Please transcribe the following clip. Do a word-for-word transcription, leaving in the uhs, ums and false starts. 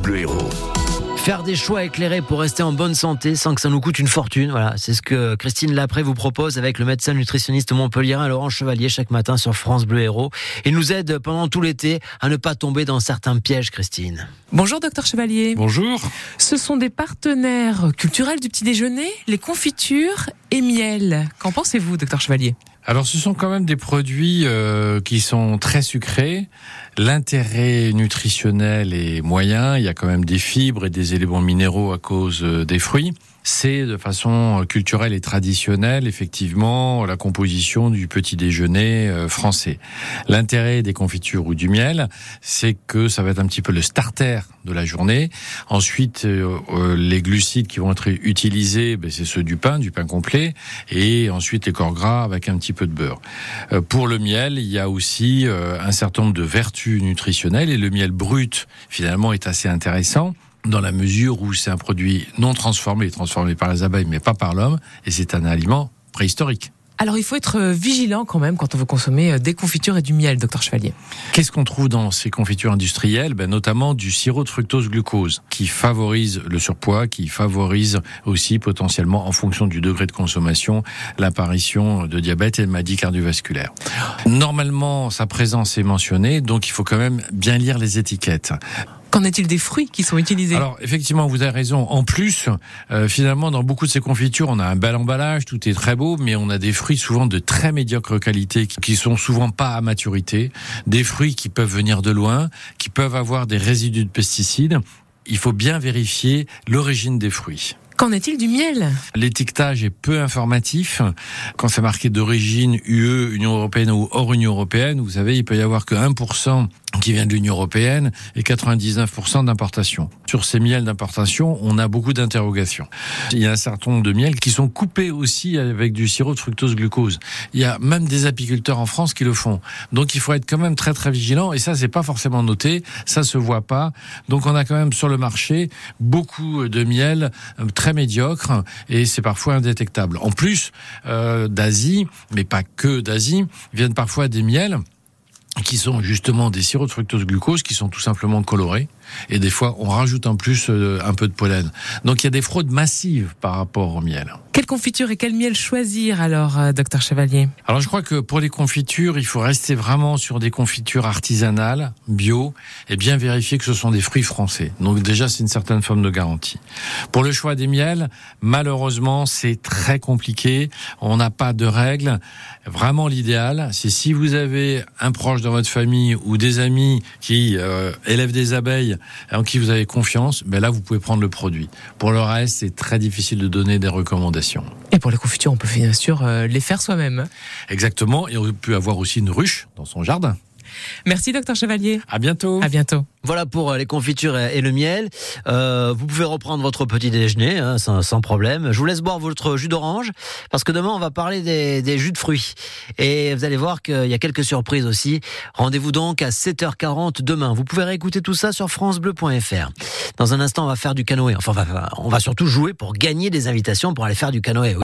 Bleu Héros. Faire des choix éclairés pour rester en bonne santé sans que ça nous coûte une fortune. Voilà, c'est ce que Christine Lapré vous propose avec le médecin nutritionniste montpelliérain Laurent Chevalier chaque matin sur France Bleu Héros. Il nous aide pendant tout l'été à ne pas tomber dans certains pièges, Christine. Bonjour docteur Chevalier. Bonjour. Ce sont des partenaires culturels du petit déjeuner, les confitures et miel. Qu'en pensez-vous, docteur Chevalier ? Alors ce sont quand même des produits euh, qui sont très sucrés. L'intérêt nutritionnel est moyen. Il y a quand même des fibres et des éléments minéraux à cause euh, des fruits. C'est de façon culturelle et traditionnelle, effectivement, la composition du petit déjeuner euh, français. L'intérêt des confitures ou du miel, c'est que ça va être un petit peu le starter de la journée. Ensuite, euh, euh, les glucides qui vont être utilisés, ben, c'est ceux du pain, du pain complet, et ensuite les corps gras avec un petit peu de beurre. Euh, pour le miel, il y a aussi euh, un certain nombre de vertus nutritionnelles, et le miel brut, finalement, est assez intéressant, dans la mesure où c'est un produit non transformé, transformé par les abeilles, mais pas par l'homme, et c'est un aliment préhistorique. Alors il faut être vigilant quand même quand on veut consommer des confitures et du miel, docteur Chevalier. Qu'est-ce qu'on trouve dans ces confitures industrielles ? Ben, notamment du sirop de fructose-glucose, qui favorise le surpoids, qui favorise aussi potentiellement, en fonction du degré de consommation, l'apparition de diabète et de maladies cardiovasculaires. Normalement, sa présence est mentionnée, donc il faut quand même bien lire les étiquettes. Qu'en est-il des fruits qui sont utilisés ? Alors effectivement, vous avez raison. En plus, euh, finalement, dans beaucoup de ces confitures, on a un bel emballage, tout est très beau, mais on a des fruits souvent de très médiocre qualité, qui sont souvent pas à maturité, des fruits qui peuvent venir de loin, qui peuvent avoir des résidus de pesticides. Il faut bien vérifier l'origine des fruits. Qu'en est-il du miel ? L'étiquetage est peu informatif. Quand c'est marqué d'origine U E, Union Européenne ou hors Union Européenne, vous savez, il peut y avoir que un pour cent qui vient de l'Union Européenne et quatre-vingt-dix-neuf pour cent d'importation. Sur ces miels d'importation, on a beaucoup d'interrogations. Il y a un certain nombre de miels qui sont coupés aussi avec du sirop de fructose-glucose. Il y a même des apiculteurs en France qui le font. Donc il faut être quand même très très vigilant, et ça c'est pas forcément noté, ça se voit pas. Donc on a quand même sur le marché beaucoup de miels très médiocres, et c'est parfois indétectable. En plus euh, d'Asie, mais pas que d'Asie, viennent parfois des miels qui sont justement des sirops de fructose-glucose qui sont tout simplement colorés, et des fois on rajoute en plus euh, un peu de pollen. Donc il y a des fraudes massives par rapport au miel. Quelle confiture et quel miel choisir alors, euh, docteur Chevalier ? Alors je crois que pour les confitures, il faut rester vraiment sur des confitures artisanales, bio, et bien vérifier que ce sont des fruits français. Donc déjà c'est une certaine forme de garantie. Pour le choix des miels, malheureusement c'est très compliqué, on n'a pas de règles. Vraiment l'idéal, c'est si vous avez un proche dans votre famille ou des amis qui euh, élèvent des abeilles en qui vous avez confiance, ben là vous pouvez prendre le produit. Pour le reste, c'est très difficile de donner des recommandations. Et pour les confitures, on peut bien sûr euh, les faire soi-même. Exactement, et on peut avoir aussi une ruche dans son jardin. Merci docteur Chevalier. À bientôt. À bientôt. Voilà pour les confitures et le miel. Euh, vous pouvez reprendre votre petit déjeuner hein, sans, sans problème. Je vous laisse boire votre jus d'orange parce que demain on va parler des, des jus de fruits. Et vous allez voir qu'il y a quelques surprises aussi. Rendez-vous donc à sept heures quarante demain. Vous pouvez réécouter tout ça sur francebleu point f r. Dans un instant, on va faire du canoë. Enfin, on va, on va surtout jouer pour gagner des invitations pour aller faire du canoë.